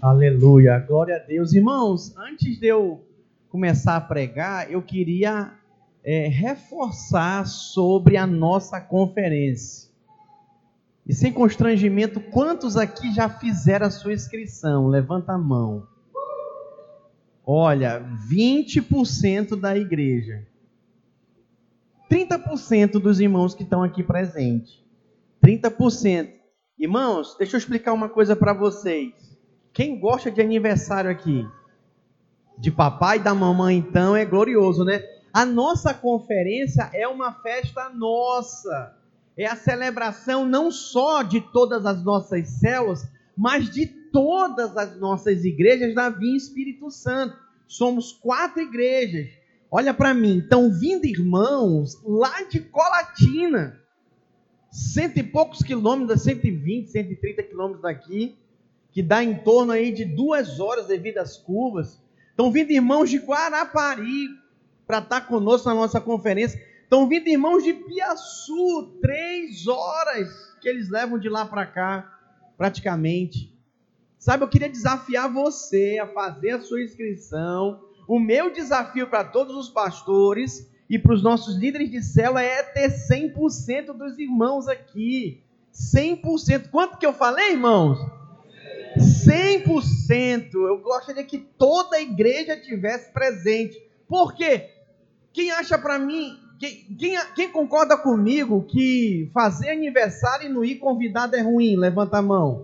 Aleluia, glória a Deus. Irmãos, antes de eu começar a pregar, eu queria reforçar sobre a nossa conferência. E sem constrangimento, quantos aqui já fizeram a sua inscrição? Levanta a mão. Olha, 20% da igreja. 30% dos irmãos que estão aqui presentes. 30%. Irmãos, deixa eu explicar uma coisa para vocês. Quem gosta de aniversário aqui? De papai e da mamãe, então, é glorioso, né? A nossa conferência é uma festa nossa. É a celebração não só de todas as nossas células, mas de todas as nossas igrejas da Vinha Espírito Santo. Somos 4 igrejas. Olha para mim, estão vindo irmãos lá de Colatina. 100 e poucos quilômetros, 120, 130 quilômetros daqui, que dá em torno aí de 2 horas devido às curvas. Estão vindo irmãos de Guarapari para estar conosco na nossa conferência. Estão vindo irmãos de Piaçu, 3 horas que eles levam de lá para cá, praticamente. Sabe, eu queria desafiar você a fazer a sua inscrição. O meu desafio para todos os pastores e para os nossos líderes de célula é ter 100% dos irmãos aqui. 100%. Quanto que eu falei, irmãos? 100%. Eu gostaria que toda a igreja tivesse presente. Por quê? Quem acha para mim, quem concorda comigo que fazer aniversário e não ir convidado é ruim? Levanta a mão.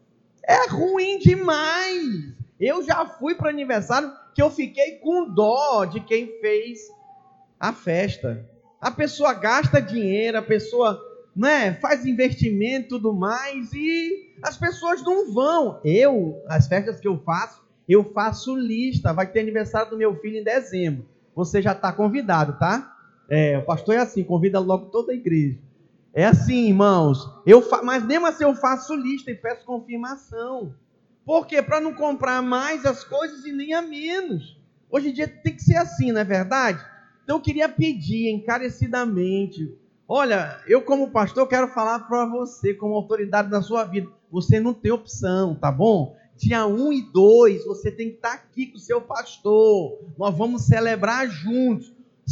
É ruim demais. Eu já fui para aniversário que eu fiquei com dó de quem fez a festa. A pessoa gasta dinheiro, a pessoa, né, faz investimento e tudo mais, e as pessoas não vão. As festas que eu faço lista. Vai ter aniversário do meu filho em dezembro. Você já está convidado, tá? O pastor é assim, convida logo toda a igreja. É assim, irmãos. Mas mesmo assim eu faço lista e peço confirmação. Por quê? Para não comprar mais as coisas e nem a menos. Hoje em dia tem que ser assim, não é verdade? Então eu queria pedir encarecidamente. Olha, eu como pastor quero falar para você, como autoridade da sua vida. Você não tem opção, tá bom? Dia 1 e 2, você tem que estar aqui com o seu pastor. Nós vamos celebrar juntos.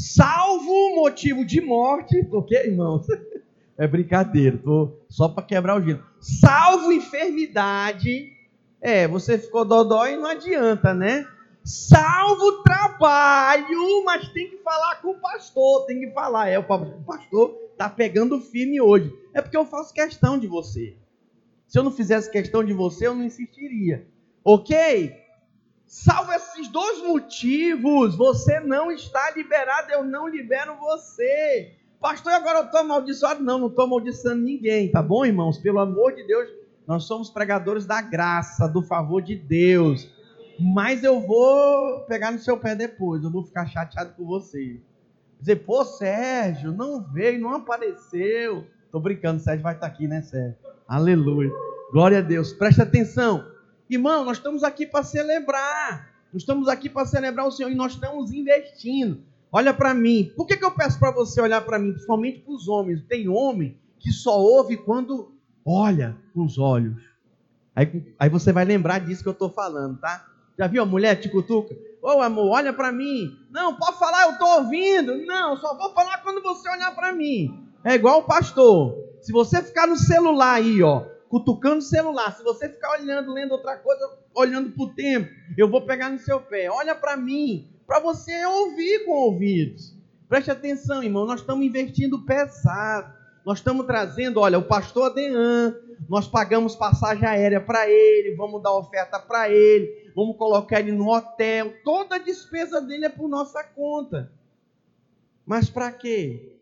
Salvo motivo de morte. Ok, irmãos? É brincadeira, tô só para quebrar o gelo. Salvo enfermidade. Você ficou dodói e não adianta, né? Salvo trabalho, mas tem que falar com o pastor, tem que falar. O pastor está pegando firme hoje. É porque eu faço questão de você. Se eu não fizesse questão de você, eu não insistiria. Ok? Salvo esses 2 motivos, você não está liberado, eu não libero você. Pastor, agora eu estou amaldiçoado? Não estou amaldiçoando ninguém, tá bom, irmãos? Pelo amor de Deus, nós somos pregadores da graça, do favor de Deus. Mas eu vou pegar no seu pé depois, eu vou ficar chateado com você. Dizer, pô, Sérgio, não veio, não apareceu. Estou brincando, Sérgio vai estar aqui, né, Sérgio? Aleluia. Glória a Deus. Presta atenção. Irmão, nós estamos aqui para celebrar. Nós estamos aqui para celebrar o Senhor e nós estamos investindo. Olha para mim. Por que eu peço para você olhar para mim? Principalmente para os homens. Tem homem que só ouve quando olha com os olhos. Aí você vai lembrar disso que eu estou falando, tá? Já viu a mulher te cutuca? Ô amor, olha para mim. Não, pode falar, eu estou ouvindo. Não, só vou falar quando você olhar para mim. É igual o pastor. Se você ficar no celular aí, ó, cutucando o celular, se você ficar olhando, lendo outra coisa, olhando para o tempo, eu vou pegar no seu pé. Olha para mim, para você ouvir com ouvidos. Preste atenção, irmão, nós estamos investindo pesado. Nós estamos trazendo, olha, o pastor Adean, nós pagamos passagem aérea para ele, vamos dar oferta para ele, vamos colocar ele no hotel, toda a despesa dele é por nossa conta. Mas para quê?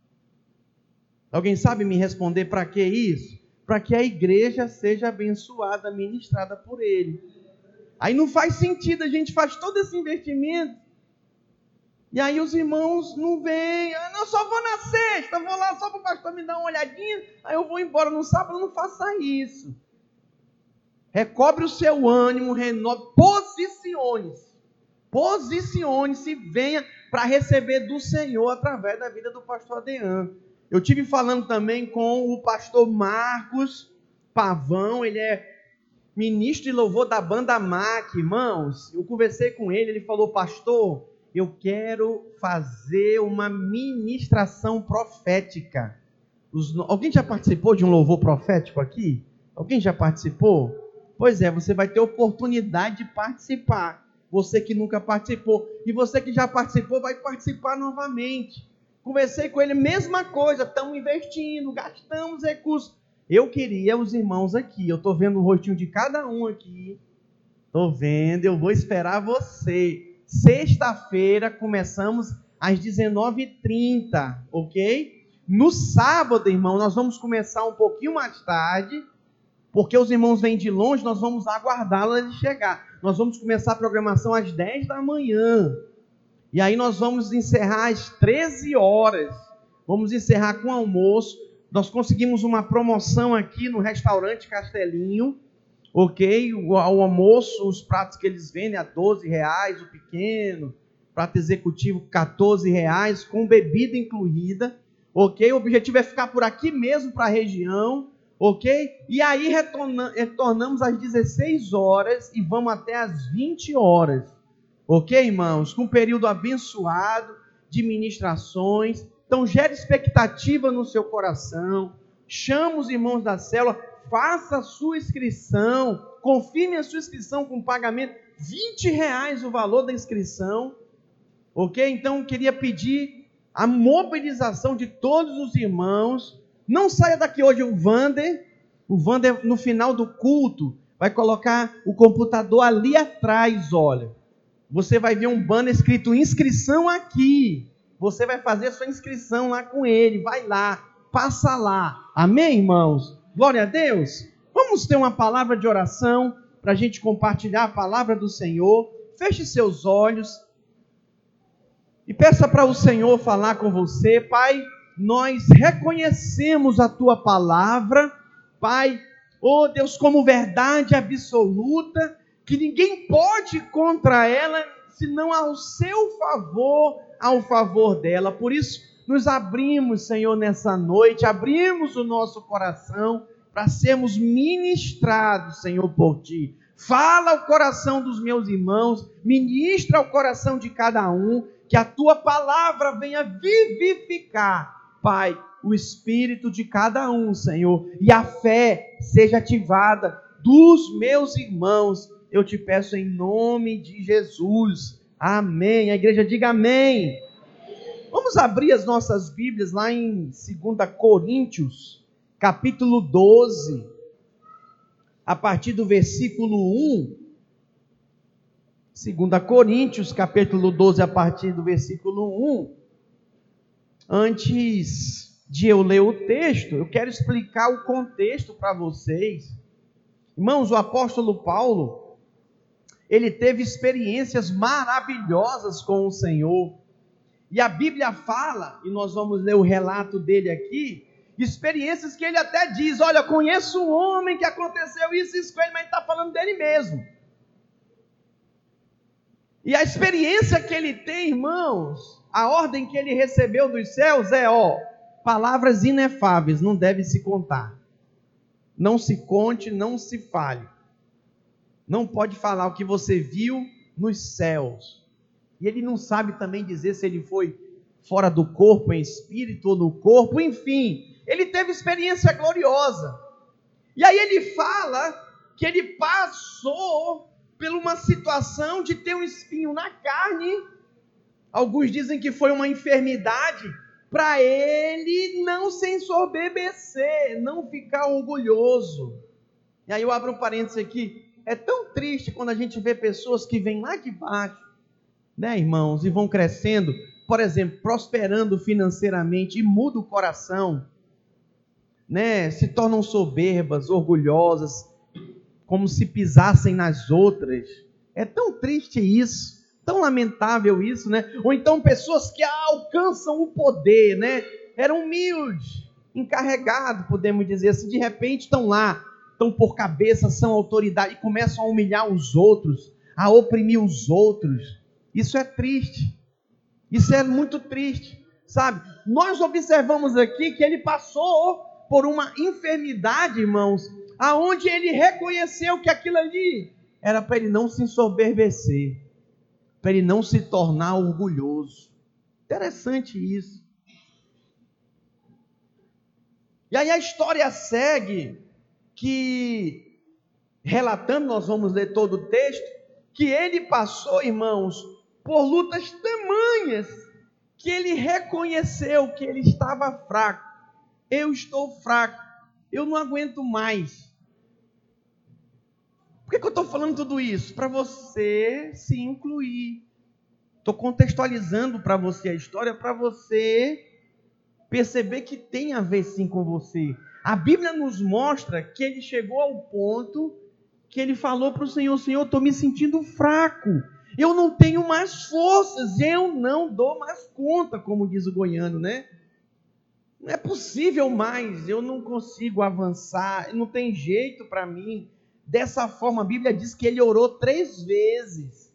Alguém sabe me responder para que isso? Para que a igreja seja abençoada, ministrada por ele. Aí não faz sentido, a gente faz todo esse investimento, e aí os irmãos não vêm. Eu só vou na sexta, vou lá só para o pastor me dar uma olhadinha, aí eu vou embora no sábado. Não faça isso. Recobre o seu ânimo, renove, posicione-se e venha para receber do Senhor através da vida do pastor Adean. Eu tive falando também com o pastor Marcos Pavão, ele é ministro de louvor da banda MAC, irmãos. Eu conversei com ele, ele falou: pastor, eu quero fazer uma ministração profética. Alguém já participou de um louvor profético aqui? Alguém já participou? Pois é, você vai ter oportunidade de participar. Você que nunca participou. E você que já participou vai participar novamente. Conversei com ele, mesma coisa. Estamos investindo, gastamos recursos. Eu queria os irmãos aqui. Eu estou vendo o rostinho de cada um aqui. Estou vendo, eu vou esperar você. Sexta-feira começamos às 19h30, ok? No sábado, irmão, nós vamos começar um pouquinho mais tarde, porque os irmãos vêm de longe, nós vamos aguardá-los ele chegar. Nós vamos começar a programação às 10 da manhã. E aí nós vamos encerrar às 13 horas. Vamos encerrar com almoço. Nós conseguimos uma promoção aqui no restaurante Castelinho, ok? O almoço, os pratos que eles vendem a R$12, o pequeno, prato executivo R$14, com bebida incluída. Ok? O objetivo é ficar por aqui mesmo para a região, ok? E aí retornamos às 16 horas e vamos até às 20 horas, ok, irmãos? Com um período abençoado de ministrações. Então, gere expectativa no seu coração. Chama os irmãos da célula, faça a sua inscrição, confirme a sua inscrição com pagamento, R$20 o valor da inscrição, ok? Então, eu queria pedir a mobilização de todos os irmãos. Não saia daqui hoje o Vander, no final do culto, vai colocar o computador ali atrás, olha. Você vai ver um banner escrito inscrição aqui. Você vai fazer a sua inscrição lá com ele, vai lá, passa lá. Amém, irmãos? Glória a Deus. Vamos ter uma palavra de oração para a gente compartilhar a palavra do Senhor. Feche seus olhos e peça para o Senhor falar com você. Pai, nós reconhecemos a Tua palavra, Pai, oh Deus, como verdade absoluta, que ninguém pode ir contra ela, senão ao seu favor, ao favor dela. Por isso, nos abrimos, Senhor, nessa noite, abrimos o nosso coração para sermos ministrados, Senhor, por Ti. Fala ao coração dos meus irmãos, ministra ao coração de cada um, que a Tua palavra venha vivificar, Pai, o espírito de cada um, Senhor, e a fé seja ativada dos meus irmãos. Eu te peço em nome de Jesus. Amém. A igreja diga amém. Vamos abrir as nossas Bíblias lá em 2 Coríntios, capítulo 12, a partir do versículo 1. 2 Coríntios, capítulo 12, a partir do versículo 1. Antes de eu ler o texto, eu quero explicar o contexto para vocês. Irmãos, o apóstolo Paulo, ele teve experiências maravilhosas com o Senhor. E a Bíblia fala, e nós vamos ler o relato dele aqui, experiências que ele até diz: olha, conheço um homem que aconteceu isso com ele, mas ele está falando dele mesmo. E a experiência que ele tem, irmãos, a ordem que ele recebeu dos céus é, palavras inefáveis, não deve se contar. Não se conte, não se fale. Não pode falar o que você viu nos céus. E ele não sabe também dizer se ele foi fora do corpo, em espírito ou no corpo, enfim. Ele teve experiência gloriosa. E aí ele fala que ele passou por uma situação de ter um espinho na carne. Alguns dizem que foi uma enfermidade, para ele não se ensoberbecer, não ficar orgulhoso. E aí eu abro um parênteses aqui. É tão triste quando a gente vê pessoas que vêm lá de baixo, né, irmãos, e vão crescendo, por exemplo, prosperando financeiramente, e muda o coração, né, se tornam soberbas, orgulhosas, como se pisassem nas outras. É tão triste isso, tão lamentável isso, né? Ou então pessoas que alcançam o poder, né? Eram humildes, encarregados, podemos dizer assim, de repente estão lá, estão por cabeça, são autoridade e começam a humilhar os outros, a oprimir os outros. Isso é triste, isso é muito triste, sabe? Nós observamos aqui que ele passou por uma enfermidade, irmãos, aonde ele reconheceu que aquilo ali era para ele não se ensoberbecer, para ele não se tornar orgulhoso. Interessante isso. E aí a história segue que, relatando, nós vamos ler todo o texto, que ele passou, irmãos, por lutas tamanhas, que ele reconheceu que ele estava fraco. Eu estou fraco, eu não aguento mais. Por que eu estou falando tudo isso? Para você se incluir. Estou contextualizando para você a história, para você perceber que tem a ver sim com você. A Bíblia nos mostra que ele chegou ao ponto que ele falou para o Senhor: Senhor, eu estou me sentindo fraco, eu não tenho mais forças, eu não dou mais conta, como diz o goiano, né? Não é possível mais, eu não consigo avançar, não tem jeito para mim. Dessa forma, a Bíblia diz que ele orou 3 vezes.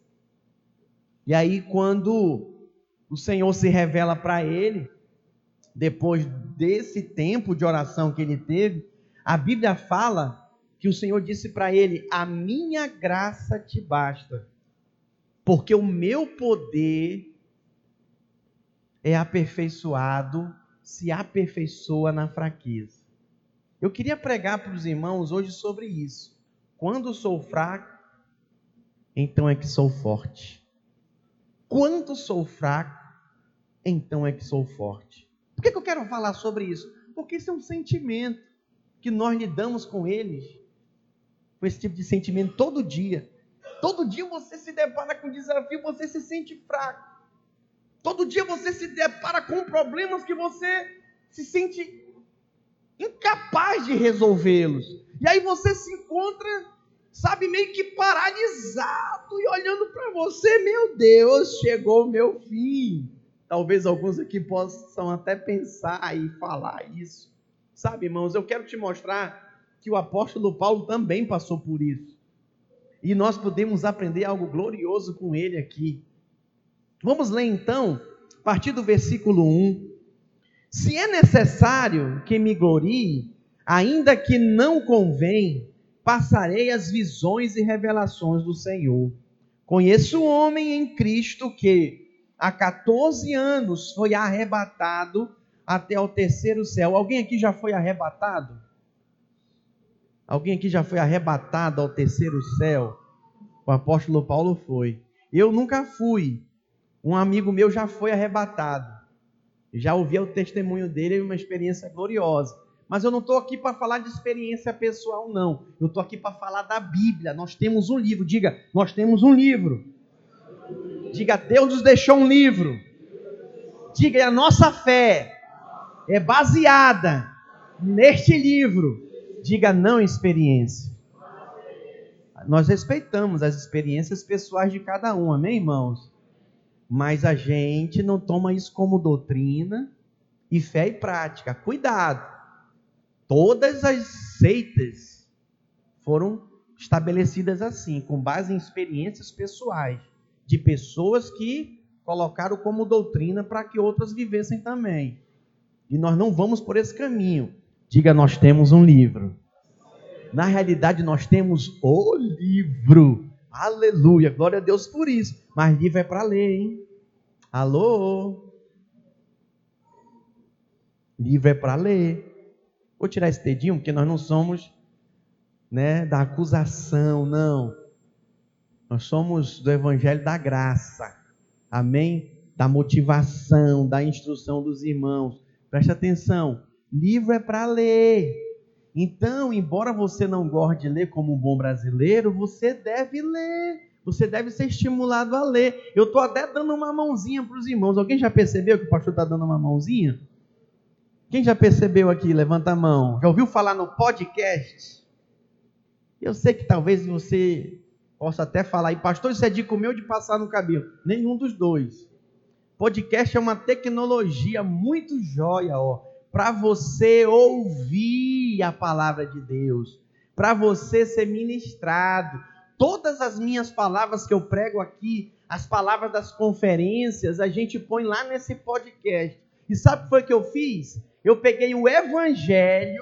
E aí, quando o Senhor se revela para ele, depois desse tempo de oração que ele teve, a Bíblia fala que o Senhor disse para ele: a minha graça te basta, porque o meu poder é aperfeiçoado, se aperfeiçoa na fraqueza. Eu queria pregar para os irmãos hoje sobre isso. Quando sou fraco, então é que sou forte. Quando sou fraco, então é que sou forte. Por que eu quero falar sobre isso? Porque isso é um sentimento que nós lidamos com eles, com esse tipo de sentimento todo dia. Todo dia você se depara com um desafio, você se sente fraco. Todo dia você se depara com problemas que você se sente incapaz de resolvê-los. E aí você se encontra, sabe, meio que paralisado e olhando para você: meu Deus, chegou o meu fim. Talvez alguns aqui possam até pensar e falar isso. Sabe, irmãos, eu quero te mostrar que o apóstolo Paulo também passou por isso. E nós podemos aprender algo glorioso com ele aqui. Vamos ler então, a partir do versículo 1. Se é necessário que me glorie, ainda que não convém, passarei as visões e revelações do Senhor. Conheço um homem em Cristo que há 14 anos foi arrebatado até ao 3º céu. Alguém aqui já foi arrebatado? Alguém aqui já foi arrebatado ao 3º céu? O apóstolo Paulo foi. Eu nunca fui. Um amigo meu já foi arrebatado. Já ouvi o testemunho dele e uma experiência gloriosa. Mas eu não estou aqui para falar de experiência pessoal, não. Eu estou aqui para falar da Bíblia. Nós temos um livro. Diga, nós temos um livro. Diga, Deus nos deixou um livro. Diga, a nossa fé é baseada neste livro. Diga, não experiência. Nós respeitamos as experiências pessoais de cada um, amém, irmãos? Mas a gente não toma isso como doutrina e fé e prática. Cuidado! Todas as seitas foram estabelecidas assim, com base em experiências pessoais, de pessoas que colocaram como doutrina para que outras vivessem também. E nós não vamos por esse caminho. Diga, nós temos um livro. Na realidade, nós temos o livro. Aleluia, glória a Deus por isso. Mas livro é para ler, hein? Alô? Livro é para ler. Vou tirar esse dedinho, porque nós não somos, da acusação, não. Nós somos do evangelho da graça. Amém? Da motivação, da instrução dos irmãos. Preste atenção. Livro é para ler. Então, embora você não goste de ler como um bom brasileiro, você deve ler. Você deve ser estimulado a ler. Eu estou até dando uma mãozinha para os irmãos. Alguém já percebeu que o pastor está dando uma mãozinha? Quem já percebeu aqui? Levanta a mão. Já ouviu falar no podcast? Eu sei que talvez você possa até falar, e pastor, isso é dica meu de passar no cabelo. Nenhum dos dois. Podcast é uma tecnologia muito jóia, para você ouvir a palavra de Deus, para você ser ministrado. Todas as minhas palavras que eu prego aqui, as palavras das conferências, a gente põe lá nesse podcast. E sabe o que foi que eu fiz? Eu peguei o evangelho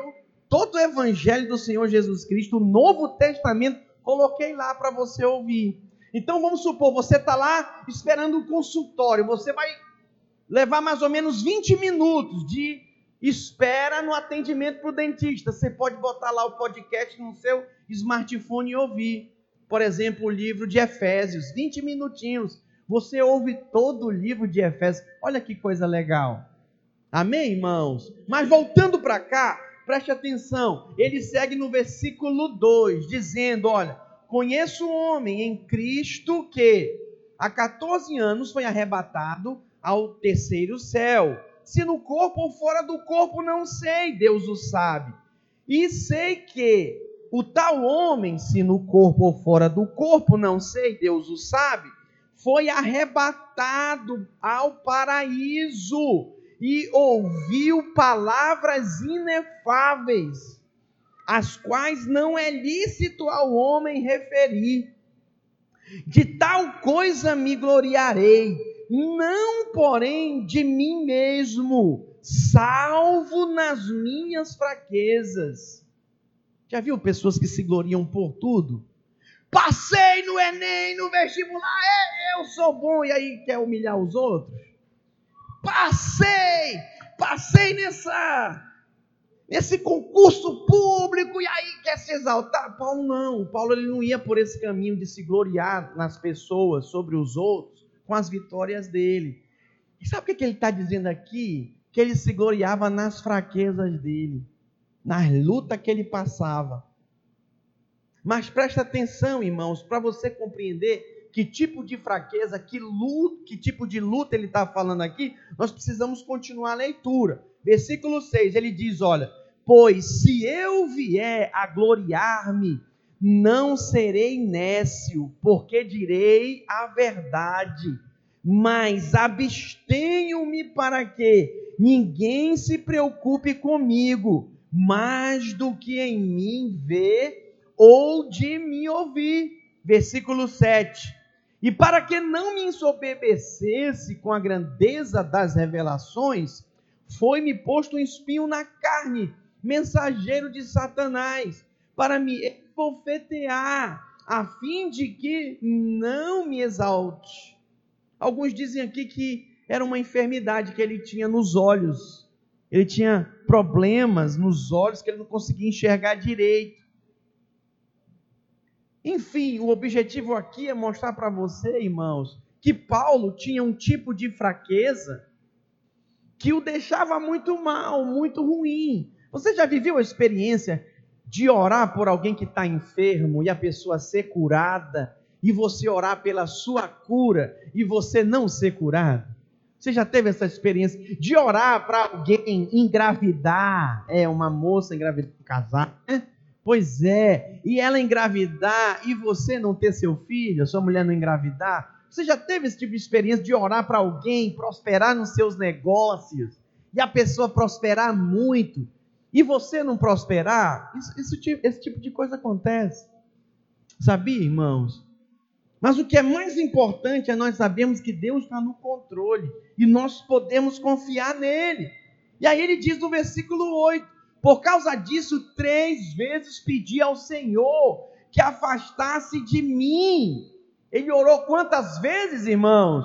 todo o evangelho do Senhor Jesus Cristo, o Novo Testamento, coloquei lá para você ouvir. Então vamos supor, você está lá esperando um consultório, você vai levar mais ou menos 20 minutos de espera no atendimento para o dentista. Você pode botar lá o podcast no seu smartphone e ouvir. Por exemplo, o livro de Efésios, 20 minutinhos. Você ouve todo o livro de Efésios. Olha que coisa legal. Amém, irmãos? Mas voltando para cá, preste atenção. Ele segue no versículo 2, dizendo, olha, conheço um homem em Cristo que há 14 anos foi arrebatado ao terceiro céu. Se no corpo ou fora do corpo, não sei, Deus o sabe. E sei que o tal homem, se no corpo ou fora do corpo, não sei, Deus o sabe, foi arrebatado ao paraíso e ouviu palavras inefáveis, as quais não é lícito ao homem referir. De tal coisa me gloriarei, não, porém, de mim mesmo, salvo nas minhas fraquezas. Já viu pessoas que se gloriam por tudo? Passei no Enem, no vestibular, eu sou bom, e aí quer humilhar os outros? Passei nesse concurso público, e aí quer se exaltar. Paulo não, Paulo ele não ia por esse caminho de se gloriar nas pessoas, sobre os outros, com as vitórias dele. E sabe o que ele está dizendo aqui? Que ele se gloriava nas fraquezas dele, nas lutas que ele passava. Mas presta atenção, irmãos, para você compreender que tipo de fraqueza, que tipo de luta ele está falando aqui, nós precisamos continuar a leitura. Versículo 6, ele diz, olha, pois se eu vier a gloriar-me, não serei nécio, porque direi a verdade, mas abstenho-me para que ninguém se preocupe comigo, mais do que em mim ver ou de me ouvir. Versículo 7, e para que não me ensoberbecesse com a grandeza das revelações, foi-me posto um espinho na carne, mensageiro de Satanás, para me esbofetear, a fim de que não me exalte. Alguns dizem aqui que era uma enfermidade que ele tinha nos olhos. Ele tinha problemas nos olhos que ele não conseguia enxergar direito. Enfim, o objetivo aqui é mostrar para você, irmãos, que Paulo tinha um tipo de fraqueza que o deixava muito mal, muito ruim. Você já viveu a experiência de orar por alguém que está enfermo e a pessoa ser curada, e você orar pela sua cura e você não ser curado? Você já teve essa experiência de orar para alguém engravidar? Uma moça engravidar, casar, né? Pois é, e ela engravidar e você não ter seu filho, a sua mulher não engravidar? Você já teve esse tipo de experiência de orar para alguém prosperar nos seus negócios e a pessoa prosperar muito e você não prosperar? Esse tipo de coisa acontece. Sabia, irmãos? Mas o que é mais importante é nós sabermos que Deus está no controle e nós podemos confiar nele. E aí ele diz no versículo 8, por causa disso 3 vezes pedi ao Senhor que afastasse de mim. Ele orou quantas vezes, irmãos?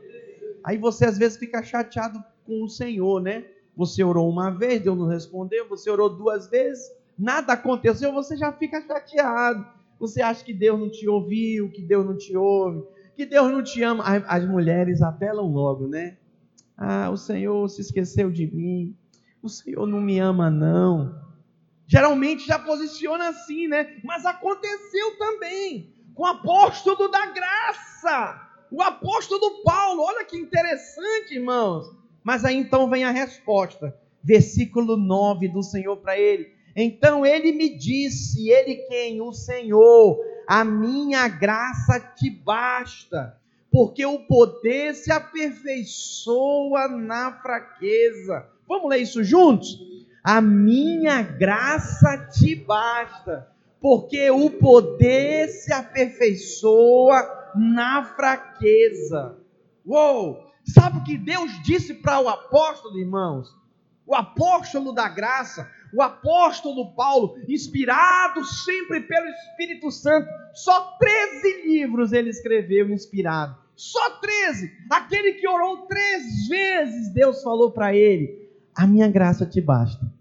Aí você às vezes fica chateado com o Senhor, né? Você orou uma vez, Deus não respondeu. Você orou 2 vezes, nada aconteceu, você já fica chateado. Você acha que Deus não te ouviu, que Deus não te ouve, que Deus não te ama. As mulheres apelam logo, né? O Senhor se esqueceu de mim. O Senhor não me ama, não. Geralmente já posiciona assim, né? Mas aconteceu também com o apóstolo da graça, o apóstolo Paulo. Olha que interessante, irmãos. Mas aí então vem a resposta. Versículo 9 do Senhor para ele. Então ele me disse, ele quem? O Senhor, a minha graça te basta, porque o poder se aperfeiçoa na fraqueza. Vamos ler isso juntos? A minha graça te basta, porque o poder se aperfeiçoa na fraqueza. Uou! Sabe o que Deus disse para o apóstolo, irmãos? O apóstolo da graça, O apóstolo Paulo, inspirado sempre pelo Espírito Santo, só 13 livros ele escreveu inspirado. Só 13. Aquele que orou 3 vezes, Deus falou para ele: a minha graça te basta.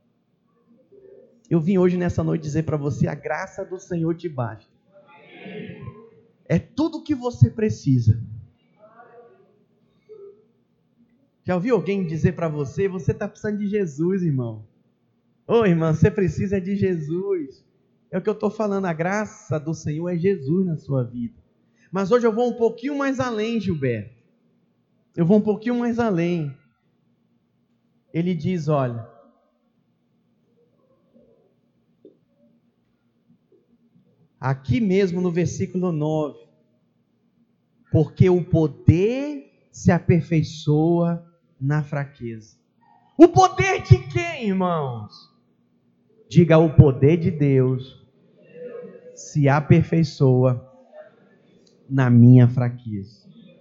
Eu vim hoje nessa noite dizer para você: a graça do Senhor te basta. É tudo o que você precisa. Já ouviu alguém dizer para você: você está precisando de Jesus, irmão? Ô, irmã, você precisa de Jesus. É o que eu estou falando, a graça do Senhor é Jesus na sua vida. Mas hoje eu vou um pouquinho mais além, Gilberto. Eu vou um pouquinho mais além. Ele diz, olha, aqui mesmo no versículo 9, porque o poder se aperfeiçoa na fraqueza. O poder de quem, irmãos? Diga: o poder de Deus se aperfeiçoa na minha fraqueza.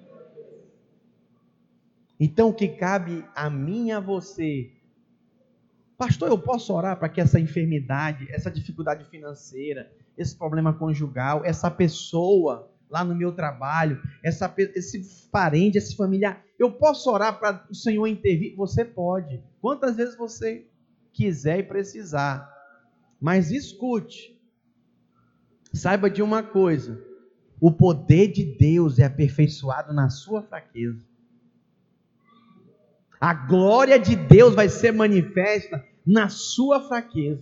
Então o que cabe a mim e a você: pastor, eu posso orar para que essa enfermidade, essa dificuldade financeira, esse problema conjugal, essa pessoa lá no meu trabalho, esse parente, esse familiar, eu posso orar para o Senhor intervir? Você pode, quantas vezes você quiser e precisar. Mas escute, saiba de uma coisa: o poder de Deus é aperfeiçoado na sua fraqueza. A glória de Deus vai ser manifesta na sua fraqueza.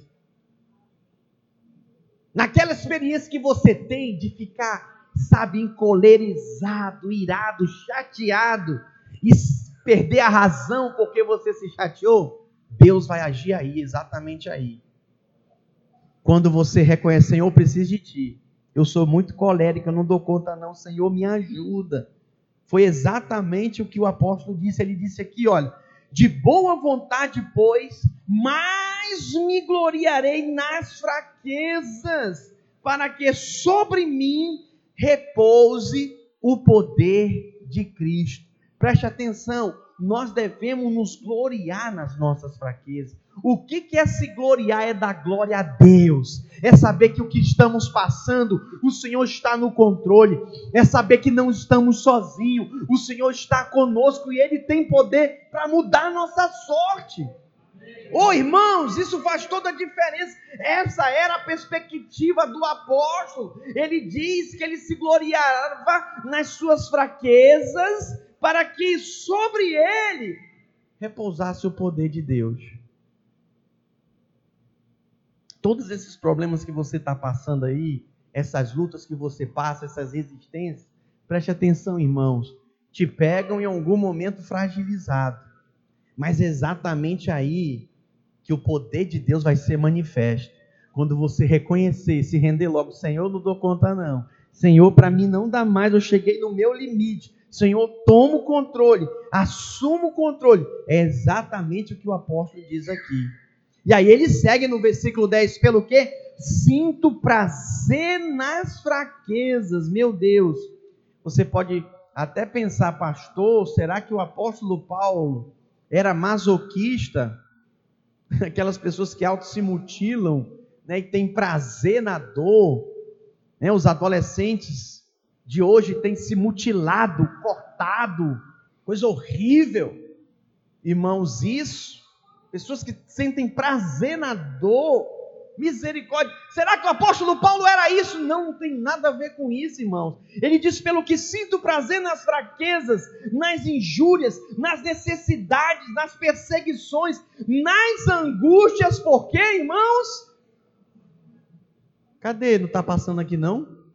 Naquela experiência que você tem de ficar, sabe, encolerizado, irado, chateado e perder a razão porque você se chateou, Deus vai agir aí, exatamente aí. Quando você reconhece: Senhor, eu preciso de Ti. Eu sou muito colérico, eu não dou conta não. Senhor, me ajuda. Foi exatamente o que o apóstolo disse. Ele disse aqui, olha: de boa vontade, pois, mais me gloriarei nas fraquezas, para que sobre mim repouse o poder de Cristo. Preste atenção, nós devemos nos gloriar nas nossas fraquezas. O que é se gloriar? É dar glória a Deus, é saber que o que estamos passando, o Senhor está no controle, é saber que não estamos sozinhos, o Senhor está conosco e Ele tem poder para mudar a nossa sorte. Ô irmãos, isso faz toda a diferença. Essa era a perspectiva do apóstolo. Ele diz que ele se gloriava nas suas fraquezas, para que sobre ele repousasse o poder de Deus. Todos esses problemas que você está passando aí, essas lutas que você passa, essas resistências, preste atenção, irmãos, te pegam em algum momento fragilizado, mas é exatamente aí que o poder de Deus vai ser manifesto. Quando você reconhecer, se render logo: Senhor, eu não dou conta não. Senhor, para mim não dá mais, eu cheguei no meu limite. Senhor, toma o controle, assuma o controle. É exatamente o que o apóstolo diz aqui. E aí ele segue no versículo 10, pelo quê? Sinto prazer nas fraquezas. Meu Deus, você pode até pensar: pastor, será que o apóstolo Paulo era masoquista? Aquelas pessoas que auto se mutilam, né, e tem prazer na dor, né? Os adolescentes de hoje têm se mutilado, cortado, coisa horrível. Irmãos, isso, pessoas que sentem prazer na dor, misericórdia. Será que o apóstolo Paulo era isso? Não, não tem nada a ver com isso, irmãos. Ele diz: pelo que sinto prazer nas fraquezas, nas injúrias, nas necessidades, nas perseguições, nas angústias. Por quê, irmãos? Cadê? Não está passando aqui não?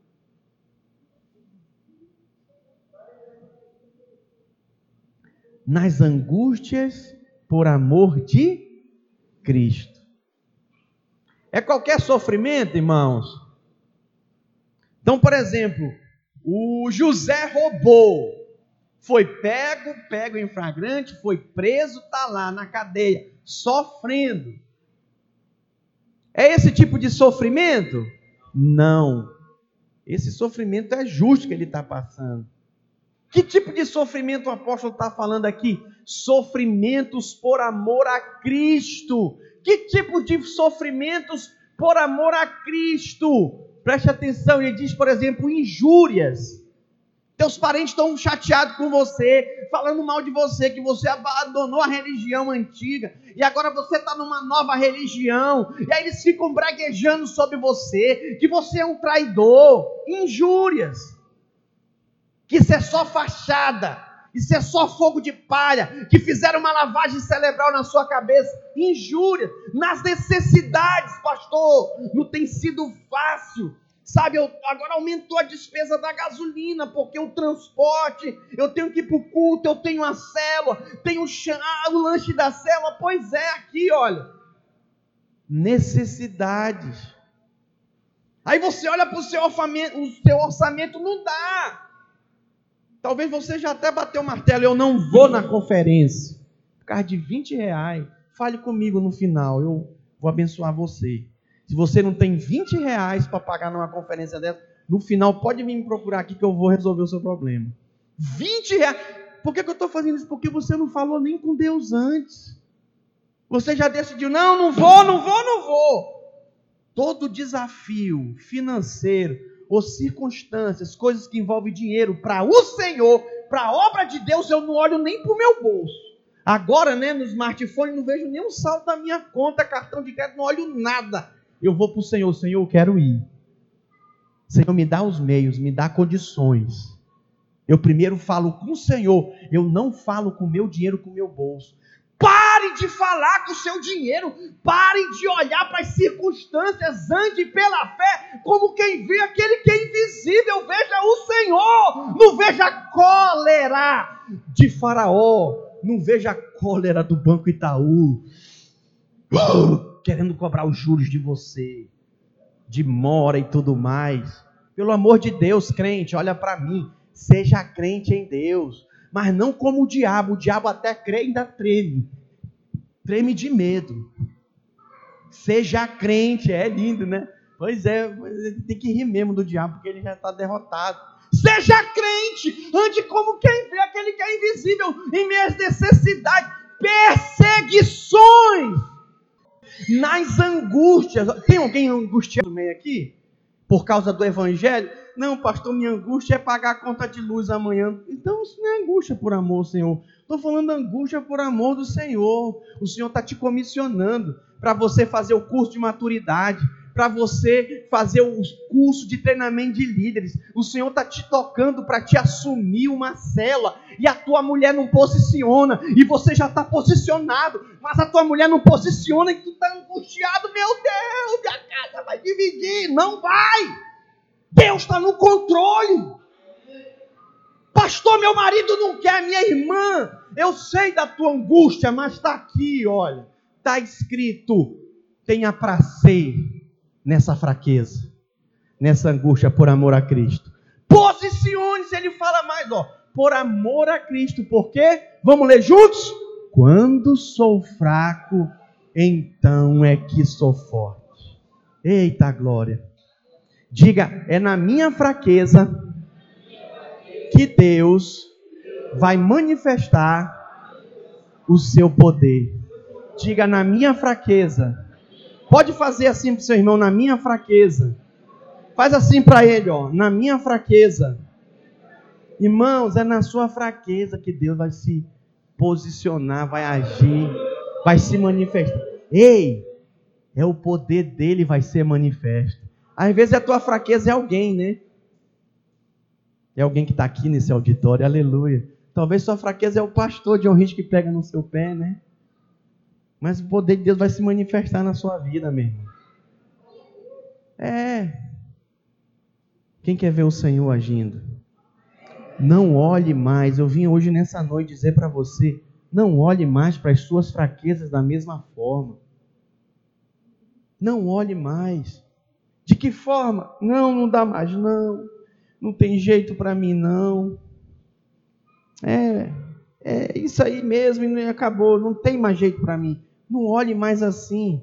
Nas angústias por amor de Cristo. É qualquer sofrimento, irmãos? Então, por exemplo, o José roubou, foi pego em flagrante, foi preso, está lá na cadeia, sofrendo. É esse tipo de sofrimento? Não. Esse sofrimento é justo que ele está passando. Que tipo de sofrimento o apóstolo está falando aqui? Sofrimentos por amor a Cristo. Que tipo de sofrimentos por amor a Cristo? Preste atenção, ele diz, por exemplo, injúrias. Teus parentes estão chateados com você, falando mal de você, que você abandonou a religião antiga, e agora você está numa nova religião, e aí eles ficam braguejando sobre você, que você é um traidor. Injúrias. Que isso é só fachada, isso é só fogo de palha, que fizeram uma lavagem cerebral na sua cabeça. Injúria, nas necessidades, pastor, não tem sido fácil, sabe, agora aumentou a despesa da gasolina, porque o transporte, eu tenho que ir para o culto, eu tenho a célula, tenho o lanche da célula, pois é, aqui olha, necessidades, aí você olha para o seu orçamento não dá. Talvez você já até bateu o martelo, eu não vou na conferência, por causa de R$20, fale comigo no final, eu vou abençoar você. Se você não tem R$20 para pagar numa conferência dessa, no final pode vir me procurar aqui que eu vou resolver o seu problema. R$20? Por que eu estou fazendo isso? Porque você não falou nem com Deus antes. Você já decidiu, não vou. Todo desafio financeiro, ou circunstâncias, coisas que envolvem dinheiro para o Senhor, para a obra de Deus, eu não olho nem para o meu bolso. Agora, no smartphone, não vejo nem um saldo da minha conta, cartão de crédito, não olho nada. Eu vou para o Senhor, Senhor, eu quero ir. Senhor, me dá os meios, me dá condições. Eu primeiro falo com o Senhor, eu não falo com o meu dinheiro, com o meu bolso. Pare de falar com o seu dinheiro, pare de olhar para as circunstâncias, ande pela fé, como quem vê aquele que é invisível, veja o Senhor, não veja a cólera de Faraó, não veja a cólera do Banco Itaú, querendo cobrar os juros de você, de mora e tudo mais. Pelo amor de Deus, crente, olha para mim, seja crente em Deus, mas não como o diabo até crê e ainda treme de medo. Seja crente, é lindo, né? Pois é, tem que rir mesmo do diabo, porque ele já está derrotado. Seja crente, ande como quem vê aquele que é invisível, em minhas necessidades, perseguições, nas angústias. Tem alguém angustiado no meio aqui? Por causa do evangelho? Não, pastor, minha angústia é pagar a conta de luz amanhã. Então isso não é angústia por amor, Senhor. Estou falando angústia por amor do Senhor. O Senhor está te comissionando para você fazer o curso de maturidade, para você fazer o curso de treinamento de líderes. O Senhor está te tocando para te assumir uma célula, e a tua mulher não posiciona, e você já está posicionado, mas a tua mulher não posiciona, e tu está angustiado. Meu Deus, minha casa vai dividir. Não vai. Deus está no controle. Pastor, meu marido não quer, minha irmã, eu sei da tua angústia, mas está aqui, olha, está escrito, tenha prazer nessa fraqueza, nessa angústia por amor a Cristo. Posicione-se, ele fala mais, por amor a Cristo, por quê? Vamos ler juntos? Quando sou fraco, então é que sou forte. Eita glória! Diga, é na minha fraqueza que Deus vai manifestar o seu poder. Diga, na minha fraqueza. Pode fazer assim para o seu irmão, na minha fraqueza. Faz assim para ele, na minha fraqueza. Irmãos, é na sua fraqueza que Deus vai se posicionar, vai agir, vai se manifestar. Ei, é o poder dele vai ser manifesto. Às vezes a tua fraqueza é alguém, né? É alguém que está aqui nesse auditório, aleluia. Talvez sua fraqueza é o pastor John Rich que pega no seu pé, né? Mas o poder de Deus vai se manifestar na sua vida, meu irmão. Quem quer ver o Senhor agindo? Não olhe mais. Eu vim hoje nessa noite dizer para você, não olhe mais para as suas fraquezas da mesma forma. Não olhe mais. De que forma? Não dá mais, não. Não tem jeito para mim, não. É isso aí mesmo e acabou. Não tem mais jeito para mim. Não olhe mais assim.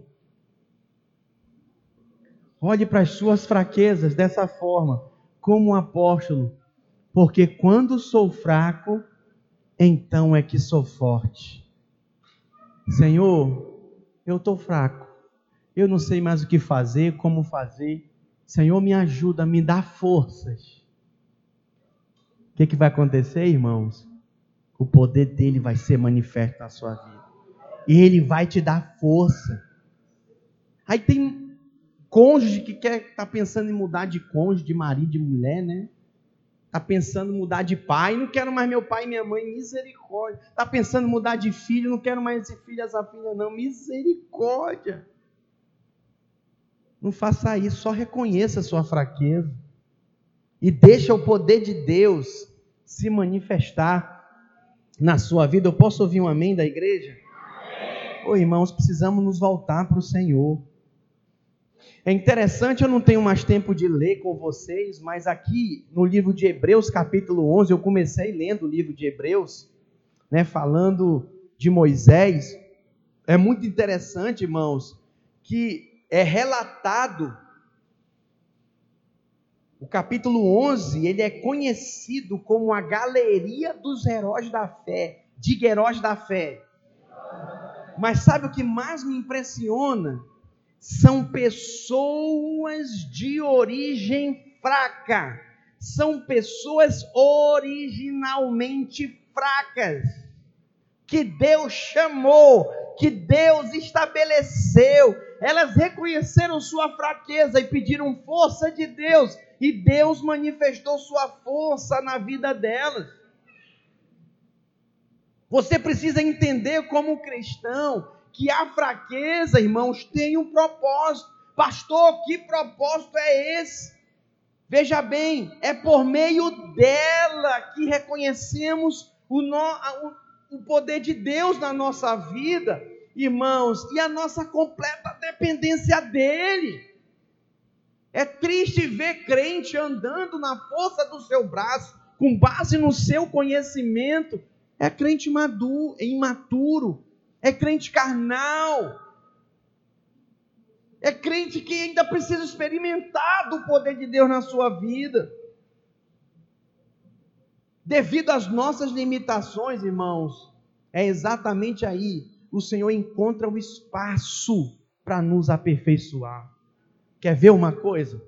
Olhe para as suas fraquezas dessa forma, como um apóstolo. Porque quando sou fraco, então é que sou forte. Senhor, eu estou fraco, eu não sei mais o que fazer, como fazer. Senhor, me ajuda, me dá forças. O que vai acontecer, irmãos? O poder dele vai ser manifesto na sua vida. E ele vai te dar força. Aí tem cônjuge que tá pensando em mudar de cônjuge, de marido, de mulher, né? Tá pensando em mudar de pai, não quero mais meu pai e minha mãe, misericórdia. Tá pensando em mudar de filho, não quero mais esse filho, essa filha, não, misericórdia. Não faça isso, só reconheça a sua fraqueza. E deixa o poder de Deus se manifestar na sua vida. Eu posso ouvir um amém da igreja? Ô irmãos, precisamos nos voltar para o Senhor. É interessante, eu não tenho mais tempo de ler com vocês, mas aqui no livro de Hebreus, capítulo 11, eu comecei lendo o livro de Hebreus, né, falando de Moisés. É muito interessante, irmãos, que é relatado, o capítulo 11, ele é conhecido como a galeria dos heróis da fé, diga heróis da fé. Mas sabe o que mais me impressiona? São pessoas de origem fraca, são pessoas originalmente fracas, que Deus chamou, que Deus estabeleceu. Elas reconheceram sua fraqueza e pediram força de Deus, e Deus manifestou sua força na vida delas. Você precisa entender como cristão que a fraqueza, irmãos, tem um propósito. Pastor, que propósito é esse? Veja bem, é por meio dela que reconhecemos o poder de Deus na nossa vida, irmãos, e a nossa completa dependência dele. É triste ver crente andando na força do seu braço, com base no seu conhecimento. É crente imaturo, é crente carnal, é crente que ainda precisa experimentar do poder de Deus na sua vida. Devido às nossas limitações, irmãos, é exatamente aí o Senhor encontra o espaço para nos aperfeiçoar. Quer ver uma coisa?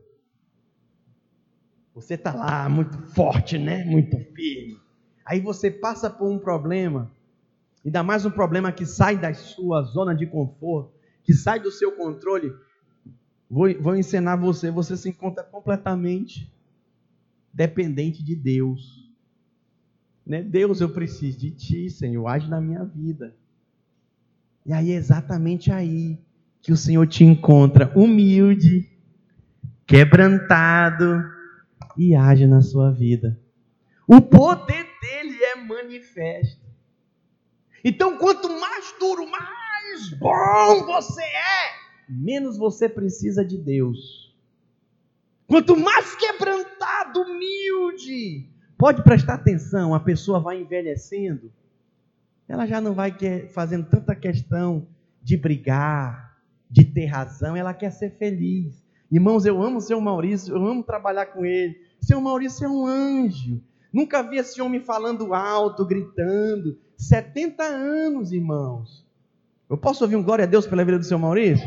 Você está lá muito forte, né? Muito firme. Aí você passa por um problema, ainda mais um problema que sai da sua zona de conforto, que sai do seu controle. Vou ensinar você se encontra completamente dependente de Deus. Né? Deus, eu preciso de Ti, Senhor, age na minha vida. E aí é exatamente aí que o Senhor te encontra humilde, quebrantado e age na sua vida. O poder dele é manifesto. Então, quanto mais duro, mais bom você é, menos você precisa de Deus. Quanto mais quebrantado, humilde, pode prestar atenção, a pessoa vai envelhecendo, ela já não vai fazendo tanta questão de brigar, de ter razão, ela quer ser feliz. Irmãos, eu amo o seu Maurício, eu amo trabalhar com ele. Seu Maurício é um anjo. Nunca vi esse homem falando alto, gritando. 70 anos, irmãos. Eu posso ouvir um glória a Deus pela vida do seu Maurício?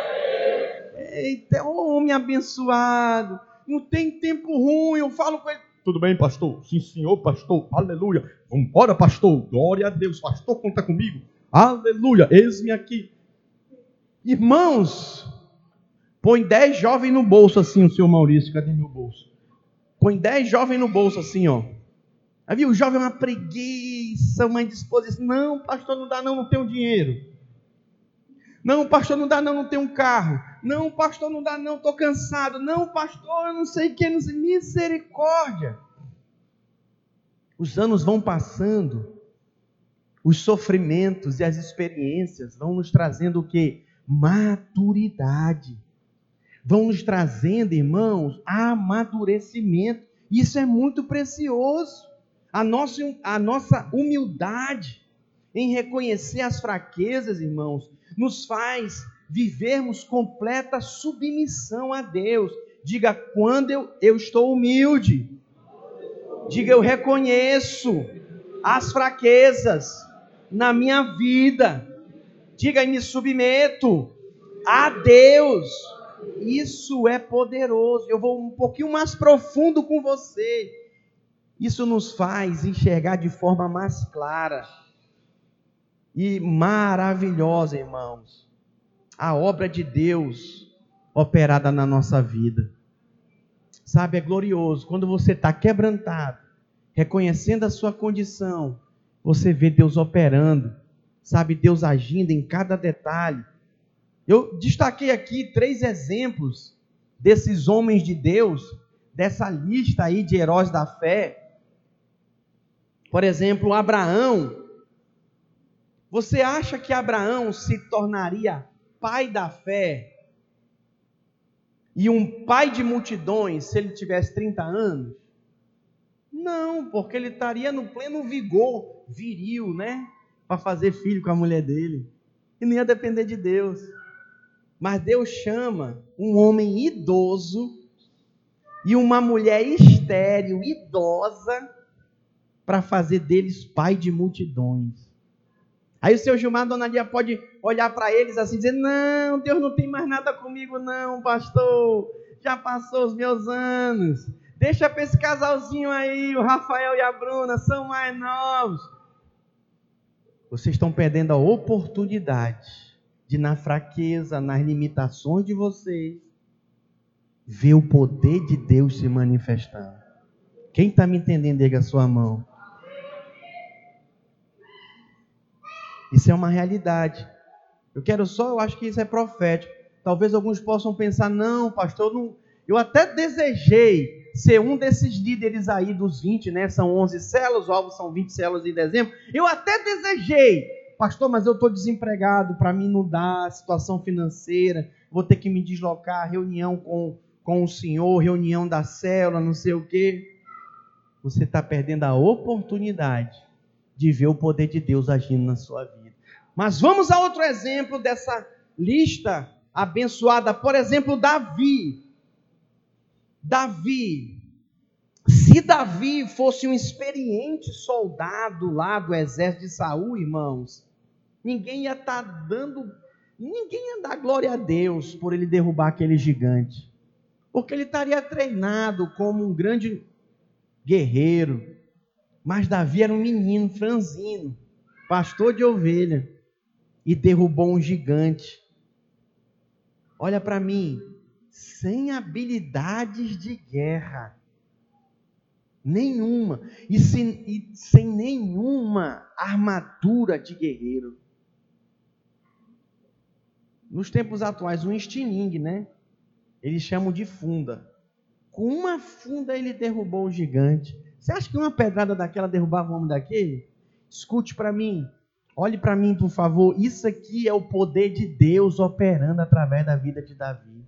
Eita, homem abençoado. Não tem tempo ruim, eu falo com ele. Tudo bem, pastor? Sim, senhor, pastor. Aleluia. Vambora, pastor. Glória a Deus. Pastor, conta comigo. Aleluia. Eis-me aqui. Irmãos, põe 10 jovens no bolso assim, o seu Maurício. Cadê meu bolso? Põe 10 jovens no bolso assim, ó. Aí viu, o jovem é uma preguiça, uma indisposição. Não, pastor, não dá não, não tenho dinheiro. Não, pastor, não dá não, não tenho um carro. Não, pastor, não dá não, estou cansado. Não, pastor, eu não sei o que, não sei. Misericórdia. Os anos vão passando, os sofrimentos e as experiências vão nos trazendo o quê? Maturidade. Vão nos trazendo, irmãos, amadurecimento. Isso é muito precioso. A nossa humildade em reconhecer as fraquezas, irmãos, nos faz vivermos completa submissão a Deus. Diga, quando eu estou humilde. Diga, eu reconheço as fraquezas na minha vida. Diga aí, me submeto a Deus. Isso é poderoso. Eu vou um pouquinho mais profundo com você. Isso nos faz enxergar de forma mais clara e maravilhosa, irmãos, a obra de Deus operada na nossa vida. Sabe, é glorioso quando você está quebrantado, reconhecendo a sua condição, você vê Deus operando, sabe, Deus agindo em cada detalhe. Eu destaquei aqui 3 exemplos desses homens de Deus, dessa lista aí de heróis da fé. Por exemplo, Abraão. Você acha que Abraão se tornaria pai da fé e um pai de multidões se ele tivesse 30 anos? Não, porque ele estaria no pleno vigor viril, né? Para fazer filho com a mulher dele. E não ia depender de Deus. Mas Deus chama um homem idoso e uma mulher estéril, idosa, para fazer deles pai de multidões. Aí o seu Gilmar, dona Lia, pode olhar para eles assim e dizer: não, Deus não tem mais nada comigo não, pastor. Já passou os meus anos. Deixa para esse casalzinho aí, o Rafael e a Bruna, são mais novos. Vocês estão perdendo a oportunidade de, na fraqueza, nas limitações de vocês, ver o poder de Deus se manifestando. Quem está me entendendo, erga a sua mão. Isso é uma realidade. Eu acho que isso é profético. Talvez alguns possam pensar: não, pastor, eu até desejei ser um desses líderes aí dos 20, né? São 11 células, o alvo são 20 células em dezembro. Eu até desejei, pastor, mas eu estou desempregado, para mim não dá, situação financeira, vou ter que me deslocar, reunião com o senhor, reunião da célula, não sei o quê. Você está perdendo a oportunidade de ver o poder de Deus agindo na sua vida. Mas vamos a outro exemplo dessa lista abençoada. Por exemplo, Davi. Se Davi fosse um experiente soldado lá do exército de Saul, irmãos, ninguém ia dar glória a Deus por ele derrubar aquele gigante, porque ele estaria treinado como um grande guerreiro. Mas Davi era um menino franzino, pastor de ovelha, e derrubou um gigante. Olha para mim, sem habilidades de guerra nenhuma, e sem nenhuma armadura de guerreiro. Nos tempos atuais, um estilingue, né? Eles chamam de funda. Com uma funda ele derrubou o gigante. Você acha que uma pedrada daquela derrubava o homem daquele? Escute para mim, olhe para mim, por favor. Isso aqui é o poder de Deus operando através da vida de Davi.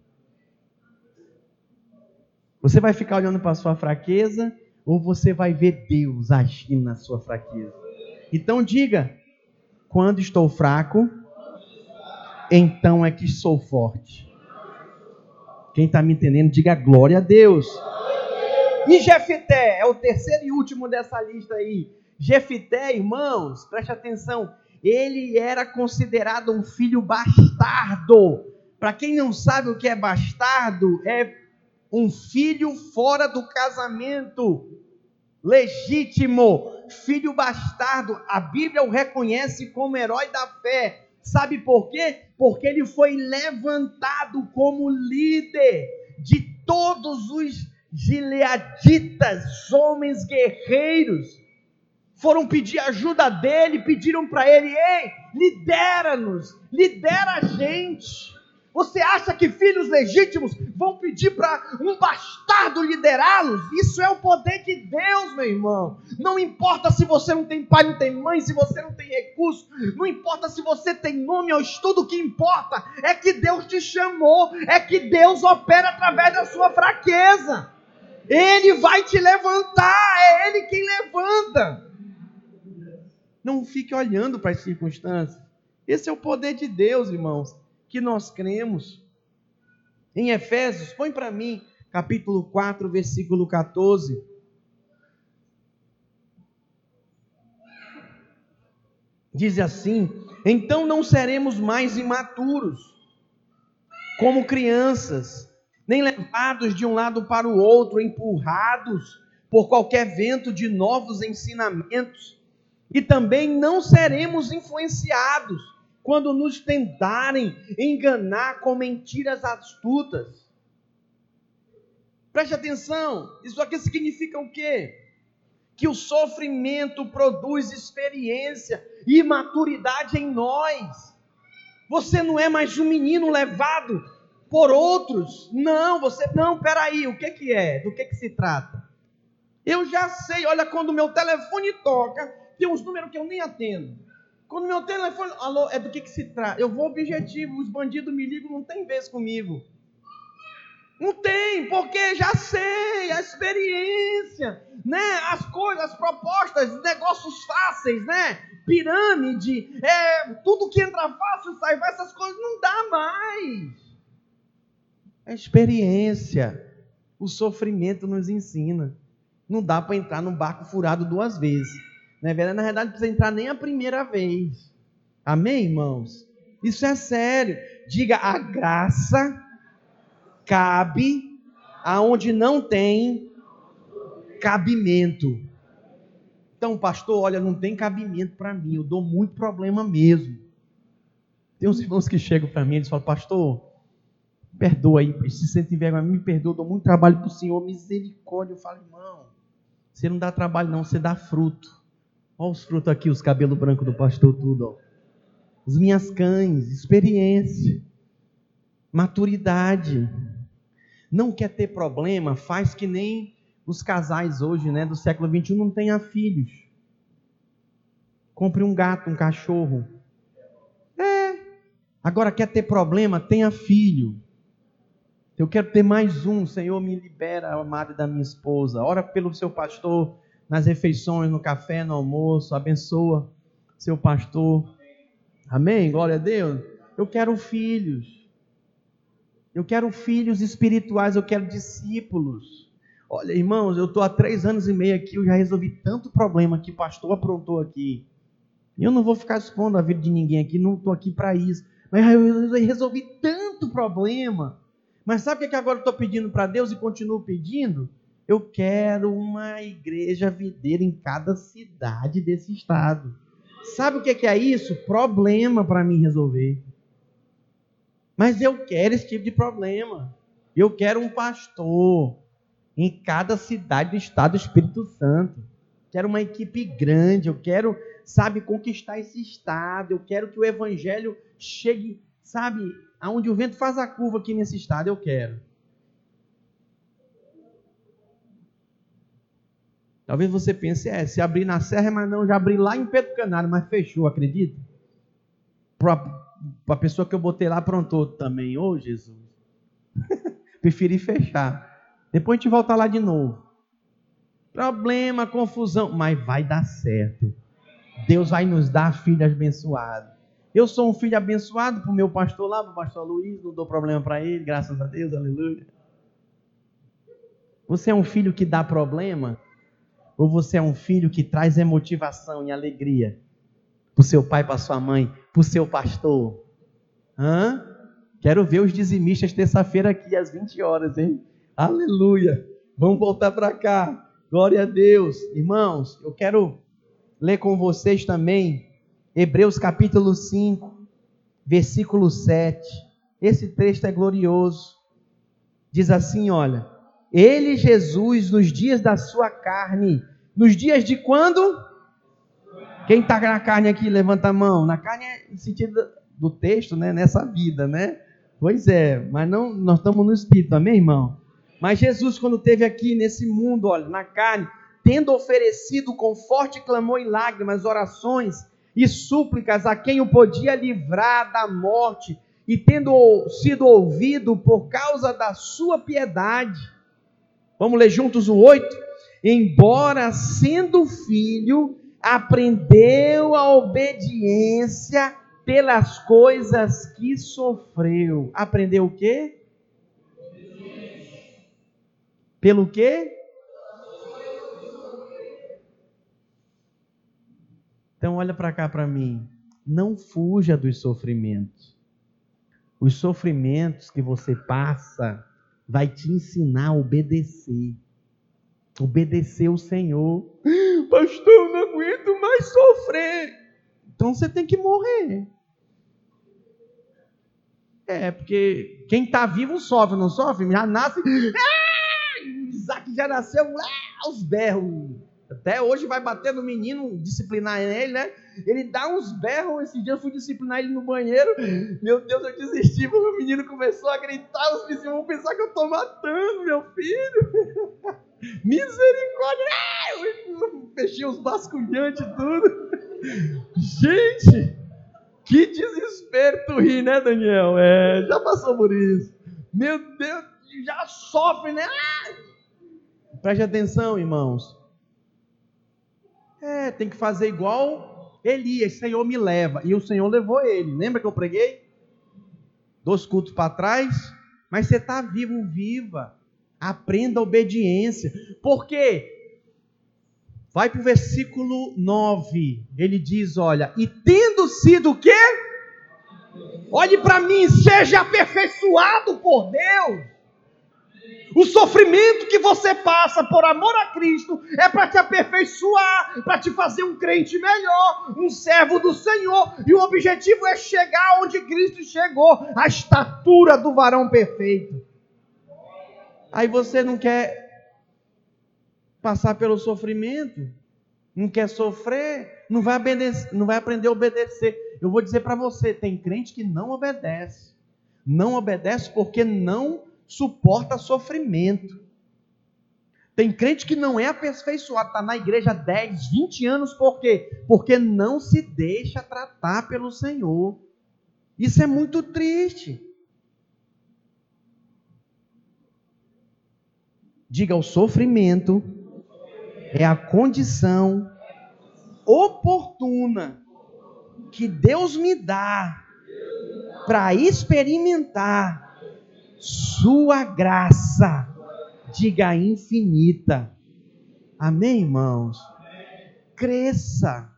Você vai ficar olhando para a sua fraqueza, ou você vai ver Deus agindo na sua fraqueza? Então diga: quando estou fraco, então é que sou forte. Quem está me entendendo, diga glória a Deus. E Jefté é o terceiro e último dessa lista aí. Jefté, irmãos, preste atenção, ele era considerado um filho bastardo. Para quem não sabe o que é bastardo, é um filho fora do casamento legítimo, filho bastardo. A Bíblia o reconhece como herói da fé. Sabe por quê? Porque ele foi levantado como líder de todos os gileaditas, homens guerreiros. Foram pedir ajuda dele, pediram para ele: ei, lidera-nos, lidera a gente. Você acha que filhos legítimos vão pedir para um bastardo liderá-los? Isso é o poder de Deus, meu irmão. Não importa se você não tem pai, não tem mãe, se você não tem recurso, não importa se você tem nome ou estudo, o que importa é que Deus te chamou, é que Deus opera através da sua fraqueza. Ele vai te levantar, é Ele quem levanta. Não fique olhando para as circunstâncias. Esse é o poder de Deus, irmãos, que nós cremos. Em Efésios, põe para mim, capítulo 4, versículo 14. Diz assim: Então não seremos mais imaturos, como crianças, nem levados de um lado para o outro, empurrados por qualquer vento de novos ensinamentos. E também não seremos influenciados quando nos tentarem enganar com mentiras astutas. Preste atenção, isso aqui significa o quê? Que o sofrimento produz experiência e maturidade em nós. Você não é mais um menino levado por outros. Não, peraí, o que é? Do que se trata? Eu já sei, olha, quando o meu telefone toca, tem uns números que eu nem atendo. Quando meu telefone, alô, é do que se trata? Eu vou objetivo, os bandidos me ligam, não tem vez comigo. Não tem, porque já sei, a experiência, né? As coisas, as propostas, negócios fáceis, né? Pirâmide, tudo que entra fácil, sai fácil, essas coisas não dá mais. A experiência, o sofrimento nos ensina. Não dá para entrar num barco furado 2 vezes. Né? Na verdade, não precisa entrar nem a primeira vez. Amém, irmãos? Isso é sério. Diga, a graça cabe aonde não tem cabimento. Então, pastor, olha, não tem cabimento para mim, eu dou muito problema mesmo. Tem uns irmãos que chegam para mim, eles falam, pastor, perdoa aí, se você tiver vergonha, me perdoa, eu dou muito trabalho para o Senhor, misericórdia. Eu falo, irmão, você não dá trabalho não, você dá fruto. Olha os frutos aqui, os cabelos brancos do pastor, tudo, ó. As minhas cães, experiência, maturidade. Não quer ter problema, faz que nem os casais hoje, né, do século XXI, não tenha filhos. Compre um gato, um cachorro. Agora quer ter problema, tenha filho. Eu quero ter mais um, Senhor, me libera, amado da minha esposa. Ora pelo seu pastor nas refeições, no café, no almoço, abençoa seu pastor. Amém? Glória a Deus. Eu quero filhos. Eu quero filhos espirituais, eu quero discípulos. Olha, irmãos, eu estou há 3 anos e meio aqui, eu já resolvi tanto problema que o pastor aprontou aqui. Eu não vou ficar expondo a vida de ninguém aqui, não estou aqui para isso. Mas eu resolvi tanto problema. Mas sabe o que agora eu estou pedindo para Deus e continuo pedindo? Eu quero uma igreja videira em cada cidade desse estado. Sabe o que é isso? Problema para mim resolver. Mas eu quero esse tipo de problema. Eu quero um pastor em cada cidade do estado do Espírito Santo. Quero uma equipe grande. Eu quero, conquistar esse estado. Eu quero que o evangelho chegue, aonde o vento faz a curva aqui nesse estado. Eu quero. Talvez você pense, se abrir na Serra, mas não, já abri lá em Pedro Canário, mas fechou, acredita? Para a pessoa que eu botei lá, aprontou também. Ô, Jesus. Preferi fechar. Depois a gente volta lá de novo. Problema, confusão, mas vai dar certo. Deus vai nos dar filho abençoado. Eu sou um filho abençoado para o meu pastor lá, para o pastor Luiz, não dou problema para ele, graças a Deus, aleluia. Você é um filho que dá problema? Ou você é um filho que traz motivação e alegria para o seu pai, para a sua mãe, para o seu pastor? Quero ver os dizimistas terça-feira aqui às 20 horas, hein? Aleluia! Vamos voltar para cá. Glória a Deus. Irmãos, eu quero ler com vocês também Hebreus capítulo 5, versículo 7. Esse texto é glorioso. Diz assim, olha: Ele, Jesus, nos dias da sua carne, nos dias de quando? Quem está na carne aqui, levanta a mão. Na carne é no sentido do texto, né? Nessa vida, né? Pois é, mas não, nós estamos no Espírito, amém, irmão? Mas Jesus, quando esteve aqui nesse mundo, olha, na carne, tendo oferecido com forte clamor e lágrimas, orações e súplicas a quem o podia livrar da morte, e tendo sido ouvido por causa da sua piedade. Vamos ler juntos o 8? Embora sendo filho, aprendeu a obediência pelas coisas que sofreu. Aprendeu o quê? Pelo quê? Então olha para cá para mim. não fuja dos sofrimentos. Os sofrimentos que você passa vai te ensinar a obedecer. Obedecer o Senhor. Pastor, eu não aguento mais sofrer. Então você tem que morrer. Porque quem está vivo sofre, não sofre? Já nasce... Isaac já nasceu aos berros. Até hoje vai bater no menino, disciplinar ele, né? Ele dá uns berros. Esse dia eu fui disciplinar ele no banheiro. Meu Deus, eu desisti, porque o menino começou a gritar. Os vizinhos vão pensar que eu estou matando meu filho. Misericórdia! Eu fechei os basculhantes e tudo. Gente, que desespero tu ri, né, Daniel? Já passou por isso. Meu Deus, já sofre, né? Preste atenção, irmãos. Tem que fazer igual Elias. Senhor, me leva. E o Senhor levou ele. Lembra que eu preguei? 2 cultos para trás. Mas você está vivo, viva. Aprenda a obediência. Por quê? Vai para o versículo 9. Ele diz, olha, e tendo sido o quê? Olhe para mim, seja aperfeiçoado por Deus. O sofrimento que você passa por amor a Cristo é para te aperfeiçoar, para te fazer um crente melhor, um servo do Senhor. E o objetivo é chegar onde Cristo chegou, a estatura do varão perfeito. Aí você não quer passar pelo sofrimento, não quer sofrer, não vai aprender a obedecer. Eu vou dizer para você, tem crente que não obedece. Não obedece porque não suporta sofrimento. Tem crente que não é aperfeiçoado, está na igreja 10, 20 anos, por quê? Porque não se deixa tratar pelo Senhor. Isso é muito triste. Diga, o sofrimento é a condição oportuna que Deus me dá para experimentar sua graça, diga infinita. Amém, irmãos? Cresça,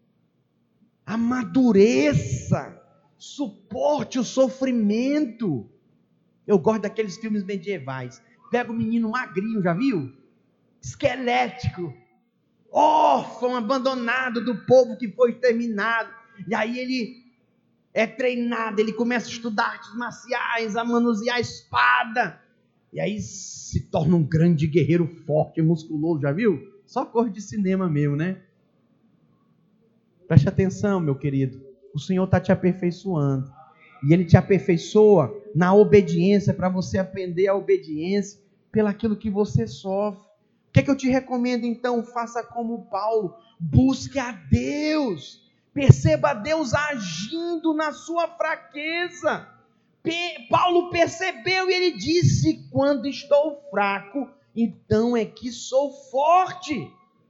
amadureça, suporte o sofrimento. Eu gosto daqueles filmes medievais. Pega o menino magrinho, já viu? Esquelético, órfão, abandonado do povo que foi exterminado. E aí ele é treinado, ele começa a estudar artes marciais, a manusear a espada. E aí se torna um grande guerreiro forte, musculoso, já viu? Só cor de cinema mesmo, né? Preste atenção, meu querido. O Senhor está te aperfeiçoando. E Ele te aperfeiçoa na obediência, para você aprender a obediência pelaquilo que você sofre. O que é que eu te recomendo então? Faça como Paulo. Busque a Deus. Perceba Deus agindo na sua fraqueza. Paulo percebeu e ele disse, quando estou fraco, então é que sou forte.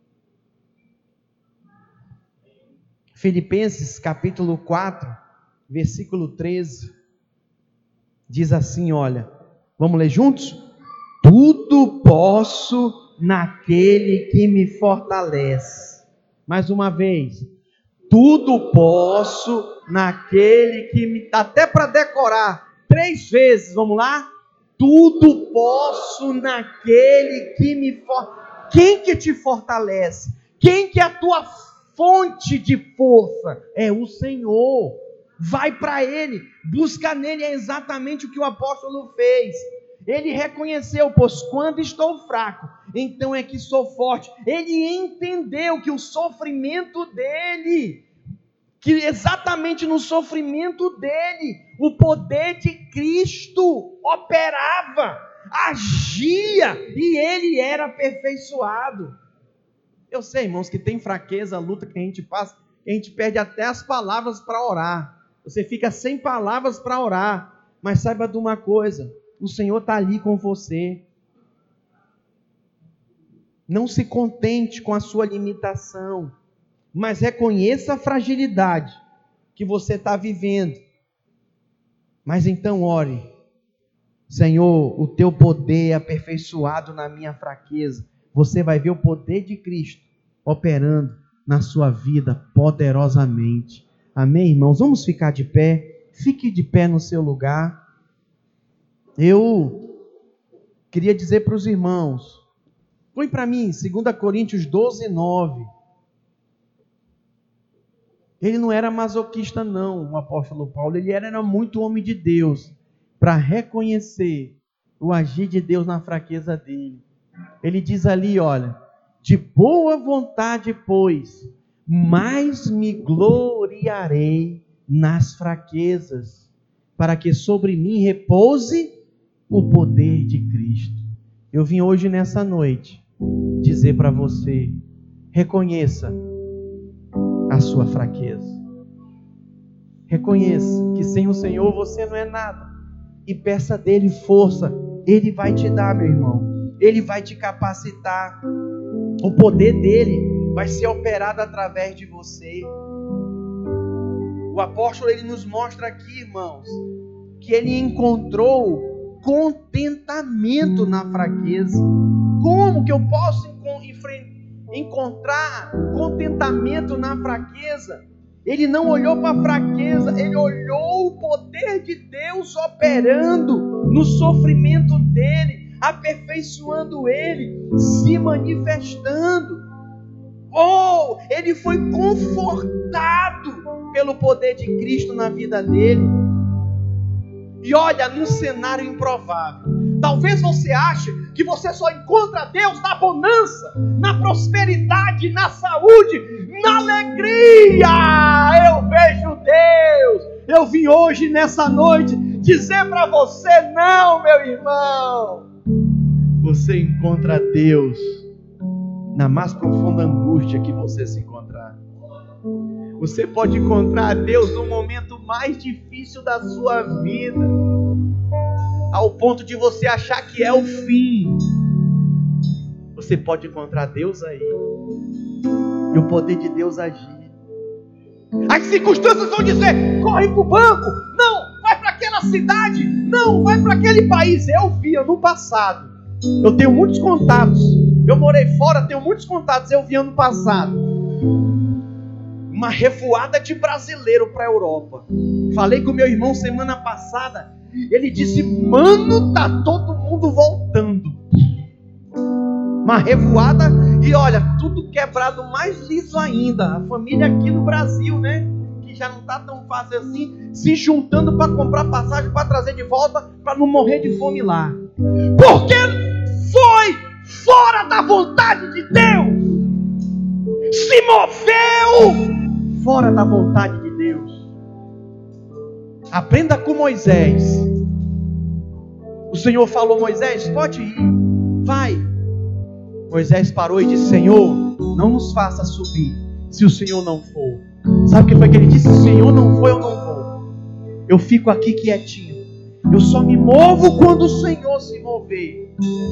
Filipenses capítulo 4, versículo 13, diz assim, olha, vamos ler juntos? Tudo posso naquele que me fortalece. Mais uma vez. Tudo posso naquele que me... Até para decorar 3 vezes, vamos lá? Tudo posso naquele que me fortalece. Quem que te fortalece? Quem que é a tua fonte de força? É o Senhor. Vai para Ele, busca nele. É exatamente o que o apóstolo fez. Ele reconheceu, pois quando estou fraco, então é que sou forte. Ele entendeu que o sofrimento dele, que exatamente no sofrimento dele, o poder de Cristo operava, agia, e ele era aperfeiçoado. Eu sei, irmãos, que tem fraqueza, luta que a gente passa, que a gente perde até as palavras para orar. Você fica sem palavras para orar, mas saiba de uma coisa, o Senhor está ali com você. Não se contente com a sua limitação, mas reconheça a fragilidade que você está vivendo. Mas então ore, Senhor, o teu poder é aperfeiçoado na minha fraqueza. Você vai ver o poder de Cristo operando na sua vida poderosamente. Amém, irmãos? Vamos ficar de pé. Fique de pé no seu lugar. Eu queria dizer para os irmãos, põe para mim 2 Coríntios 12, 9. Ele não era masoquista não, o apóstolo Paulo. Ele era muito homem de Deus, para reconhecer o agir de Deus na fraqueza dele. Ele diz ali, olha, de boa vontade, pois, mais me gloriarei nas fraquezas, para que sobre mim repouse o poder de Cristo. Eu vim hoje nessa noite dizer para você, reconheça a sua fraqueza. Reconheça que sem o Senhor você não é nada. E peça dele força. Ele vai te dar, meu irmão. Ele vai te capacitar. O poder dele vai ser operado através de você. O apóstolo, ele nos mostra aqui, irmãos, que ele encontrou contentamento na fraqueza. Como que eu posso encontrar contentamento na fraqueza? Ele não olhou para a fraqueza, ele olhou o poder de Deus operando no sofrimento dele, aperfeiçoando ele, se manifestando. Oh, ele foi confortado pelo poder de Cristo na vida dele. E olha, num cenário improvável. Talvez você ache que você só encontra Deus na bonança, na prosperidade, na saúde, na alegria. Eu vejo Deus. Eu vim hoje, nessa noite, dizer para você, não, meu irmão. Você encontra Deus na mais profunda angústia que você se encontrar. Você pode encontrar Deus no momento mais difícil da sua vida, ao ponto de você achar que é o fim. Você pode encontrar Deus aí, e o poder de Deus agir. As circunstâncias vão dizer, corre para o banco, não, vai para aquela cidade, não, vai para aquele país. Eu via no passado, eu tenho muitos contatos, eu morei fora, tenho muitos contatos, eu vi ano passado uma revoada de brasileiro para a Europa. Falei com o meu irmão semana passada, ele disse, mano, tá todo mundo voltando. Uma revoada, e olha, tudo quebrado mais liso ainda. A família aqui no Brasil, né, que já não tá tão fácil assim, se juntando para comprar passagem, para trazer de volta, para não morrer de fome lá. Porque foi fora da vontade de Deus. Se moveu fora da vontade de Deus. Aprenda com Moisés. O Senhor falou, Moisés, pode ir, vai. Moisés parou e disse, Senhor, não nos faça subir, se o Senhor não for. Sabe o que foi que ele disse? Se o Senhor não for, eu não vou. Eu fico aqui quietinho. Eu só me movo quando o Senhor se mover.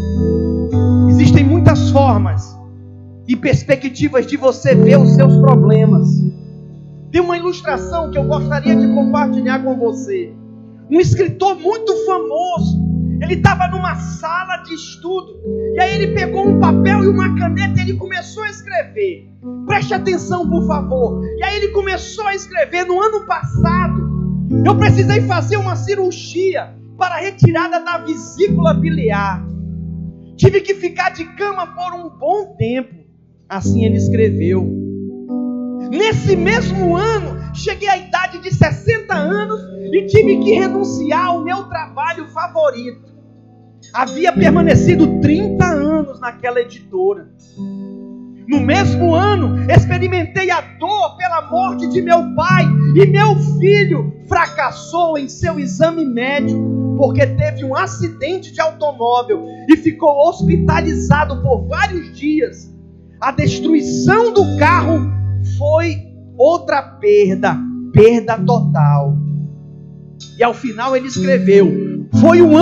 Existem muitas formas e perspectivas de você ver os seus problemas. Tem uma ilustração que eu gostaria de compartilhar com você. Um escritor muito famoso, ele estava numa sala de estudo, e aí ele pegou um papel e uma caneta e ele começou a escrever. Preste atenção, por favor. E aí ele começou a escrever, no ano passado, eu precisei fazer uma cirurgia para a retirada da vesícula biliar. Tive que ficar de cama por um bom tempo. Assim ele escreveu. Nesse mesmo ano, cheguei à idade de 60 anos e tive que renunciar ao meu trabalho favorito. Havia permanecido 30 anos naquela editora. No mesmo ano, experimentei a dor pela morte de meu pai e meu filho fracassou em seu exame médico porque teve um acidente de automóvel e ficou hospitalizado por vários dias. A destruição do carro foi outra perda total. E ao final ele escreveu, foi um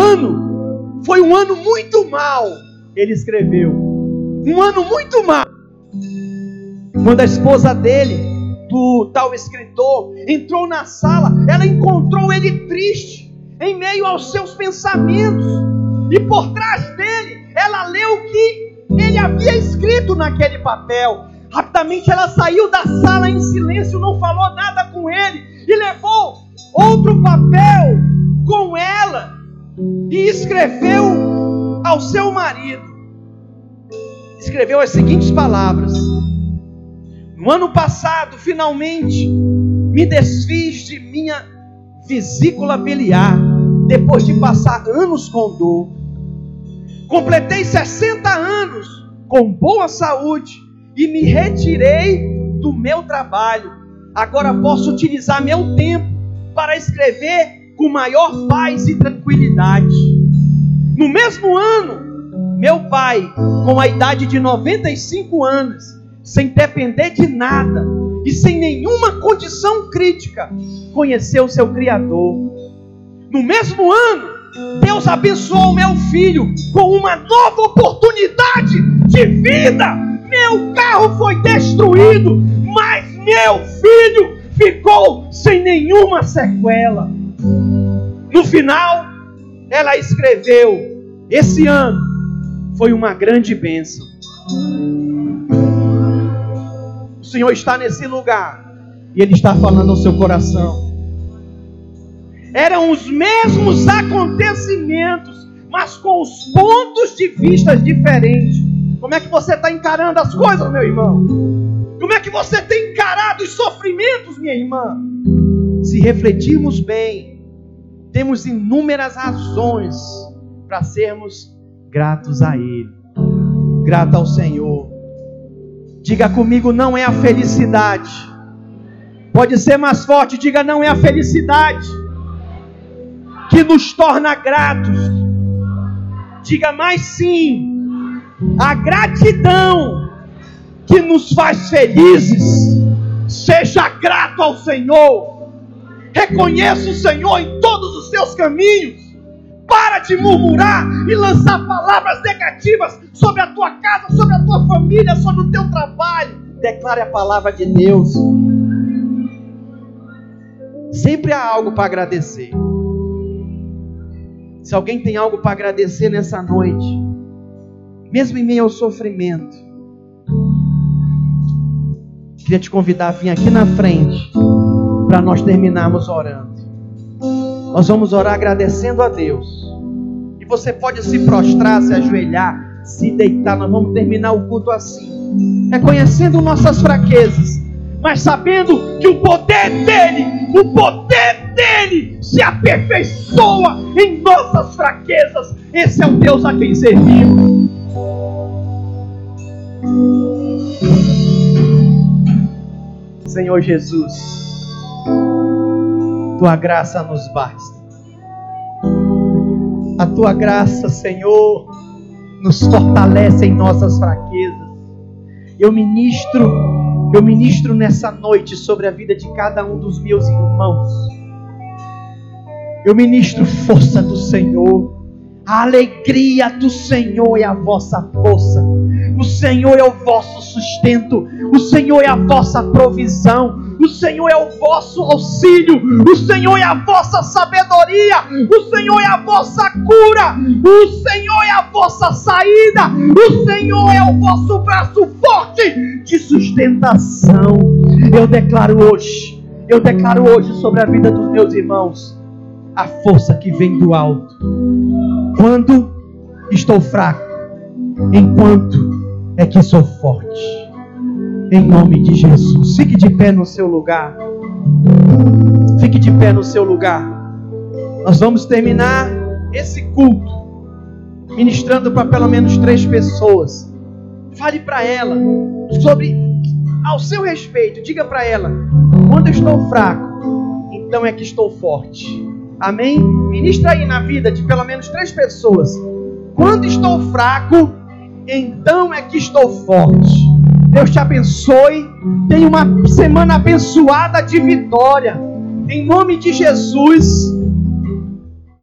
ano muito mau. Ele escreveu, um ano muito mau. Quando a esposa dele, do tal escritor, entrou na sala, ela encontrou ele triste, em meio aos seus pensamentos. E por trás dele, ela leu o que ele havia escrito naquele papel. Rapidamente ela saiu da sala em silêncio, não falou nada com ele, e levou outro papel com ela e escreveu ao seu marido. Escreveu as seguintes palavras: no ano passado, finalmente, me desfiz de minha vesícula biliar, depois de passar anos com dor. Completei 60 anos com boa saúde e me retirei do meu trabalho. Agora posso utilizar meu tempo para escrever com maior paz e tranquilidade. No mesmo ano, meu pai, com a idade de 95 anos, sem depender de nada e sem nenhuma condição crítica, conheceu seu Criador. No mesmo ano, Deus abençoou meu filho com uma nova oportunidade de vida. Meu carro foi destruído, mas meu filho ficou sem nenhuma sequela. No final, ela escreveu: esse ano foi uma grande bênção. O Senhor está nesse lugar e Ele está falando ao seu coração. Eram os mesmos acontecimentos, mas com os pontos de vista diferentes. Como é que você está encarando as coisas, meu irmão? Como é que você tem encarado os sofrimentos, minha irmã? Se refletirmos bem, temos inúmeras razões para sermos gratos a Ele. Grato ao Senhor. Diga comigo: não é a felicidade. Pode ser mais forte, diga: não é a felicidade que nos torna gratos. Diga mais: sim, a gratidão que nos faz felizes. Seja grato ao Senhor. Reconheça o Senhor em todos os seus caminhos. Para de murmurar e lançar palavras negativas sobre a tua casa, sobre a tua família, sobre o teu trabalho. Declare a palavra de Deus. Sempre há algo para agradecer. Se alguém tem algo para agradecer nessa noite, mesmo em meio ao sofrimento, queria te convidar a vir aqui na frente para nós terminarmos orando. Nós vamos orar agradecendo a Deus. E você pode se prostrar, se ajoelhar, se deitar. Nós vamos terminar o culto assim, reconhecendo nossas fraquezas, mas sabendo que o poder dele se aperfeiçoa em nossas fraquezas. Esse é o Deus a quem servimos. Senhor Jesus, Tua graça nos basta. A Tua graça, Senhor, nos fortalece em nossas fraquezas. Eu ministro nessa noite sobre a vida de cada um dos meus irmãos. Eu ministro força do Senhor. A alegria do Senhor é a vossa força. O Senhor é o vosso sustento. O Senhor é a vossa provisão. O Senhor é o vosso auxílio. O Senhor é a vossa sabedoria. O Senhor é a vossa cura. O Senhor é a vossa saída. O Senhor é o vosso braço forte de sustentação. Eu declaro hoje sobre a vida dos meus irmãos a força que vem do alto. Quando estou fraco, enquanto é que sou forte. Em nome de Jesus. Fique de pé no seu lugar. Fique de pé no seu lugar. Nós vamos terminar esse culto ministrando para pelo menos 3 pessoas. Fale para ela sobre, ao seu respeito, diga para ela: quando eu estou fraco, então é que estou forte. Amém? Ministra aí na vida de pelo menos 3 pessoas. Quando estou fraco, então é que estou forte. Deus te abençoe. Tenha uma semana abençoada de vitória. Em nome de Jesus.